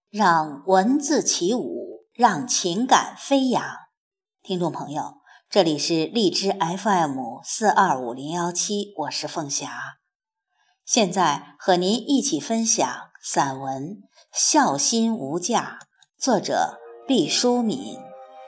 让文字起舞，让情感飞扬。听众朋友，这里是荔枝 FM425017，我是凤霞。现在和您一起分享散文《孝心无价》，作者毕淑敏。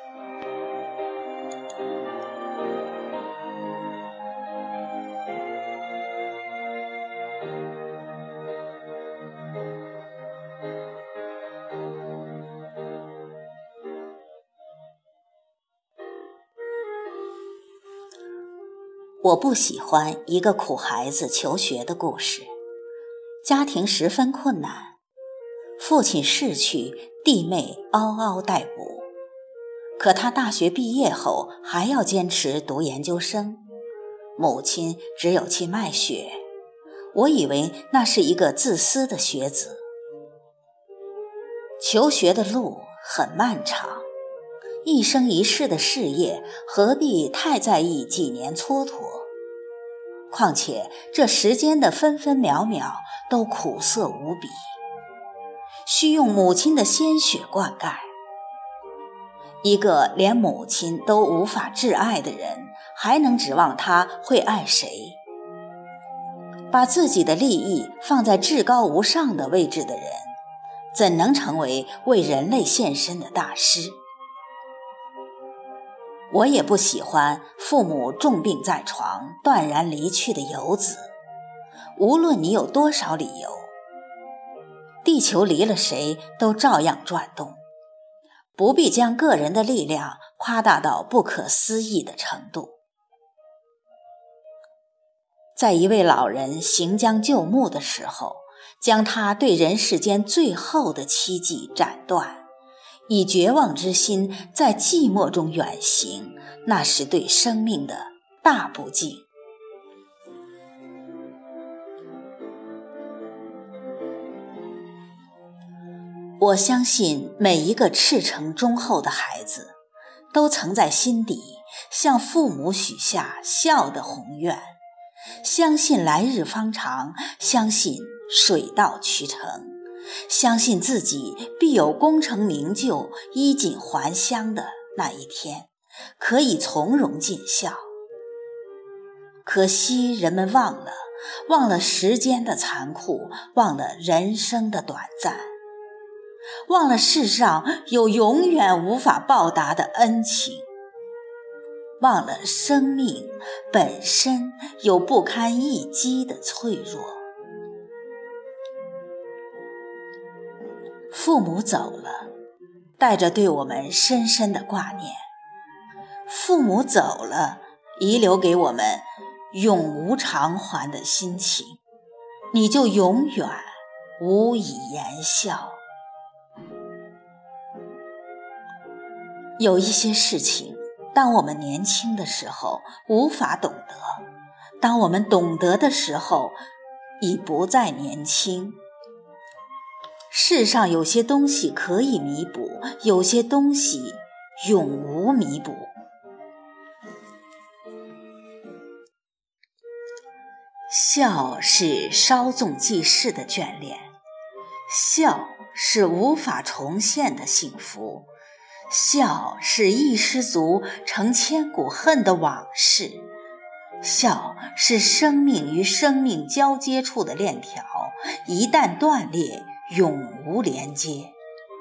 我不喜欢一个苦孩子求学的故事。家庭十分困难，父亲逝去，弟妹嗷嗷待哺。可他大学毕业后还要坚持读研究生，母亲只有去卖血。我以为那是一个自私的学子。求学的路很漫长，一生一世的事业，何必太在意几年蹉跎？况且这时间的分分秒秒都苦涩无比，需用母亲的鲜血灌溉。一个连母亲都无法挚爱的人，还能指望他会爱谁？把自己的利益放在至高无上的位置的人，怎能成为为人类献身的大师？我也不喜欢父母重病在床，断然离去的游子。无论你有多少理由，地球离了谁都照样转动，不必将个人的力量夸大到不可思议的程度。在一位老人行将就木的时候，将他对人世间最后的期冀斩断，以绝望之心在寂寞中远行，那是对生命的大不敬。我相信每一个赤诚忠厚的孩子，都曾在心底向父母许下孝的宏愿，相信来日方长，相信水到渠成，相信自己必有功成名就、衣锦还乡的那一天，可以从容尽孝。可惜人们忘了时间的残酷，忘了人生的短暂，忘了世上有永远无法报答的恩情，忘了生命本身有不堪一击的脆弱。父母走了，带着对我们深深的挂念；父母走了，遗留给我们永无偿还的心情，你就永远无以言笑。有一些事情，当我们年轻的时候无法懂得，当我们懂得的时候已不再年轻。世上有些东西可以弥补，有些东西永无弥补。孝是稍纵即逝的眷恋，孝是无法重现的幸福，孝是一失足成千古恨的往事，孝是生命与生命交接处的链条，一旦断裂，永无连接。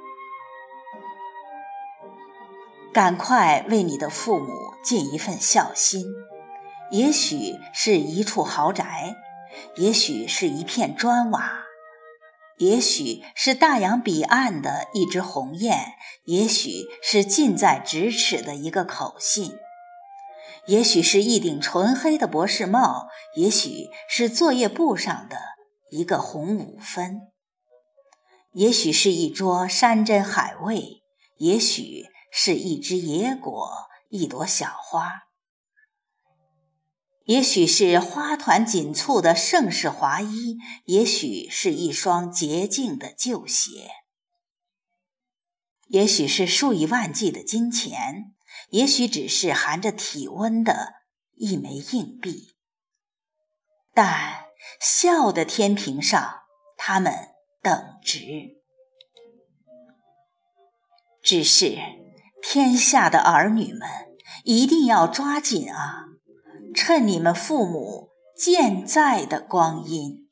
赶快为你的父母尽一份孝心，也许是一处豪宅，也许是一片砖瓦，也许是大洋彼岸的一只鸿雁，也许是近在咫尺的一个口信，也许是一顶纯黑的博士帽，也许是作业簿上的一个红5分，也许是一桌山珍海味，也许是一只野果，一朵小花，也许是花团锦簇的盛世华衣，也许是一双洁净的旧鞋，也许是数以万计的金钱，也许只是含着体温的一枚硬币。但孝的天平上，它们等值。 只是天下的儿女们一定要抓紧啊，趁你们父母健在的光阴。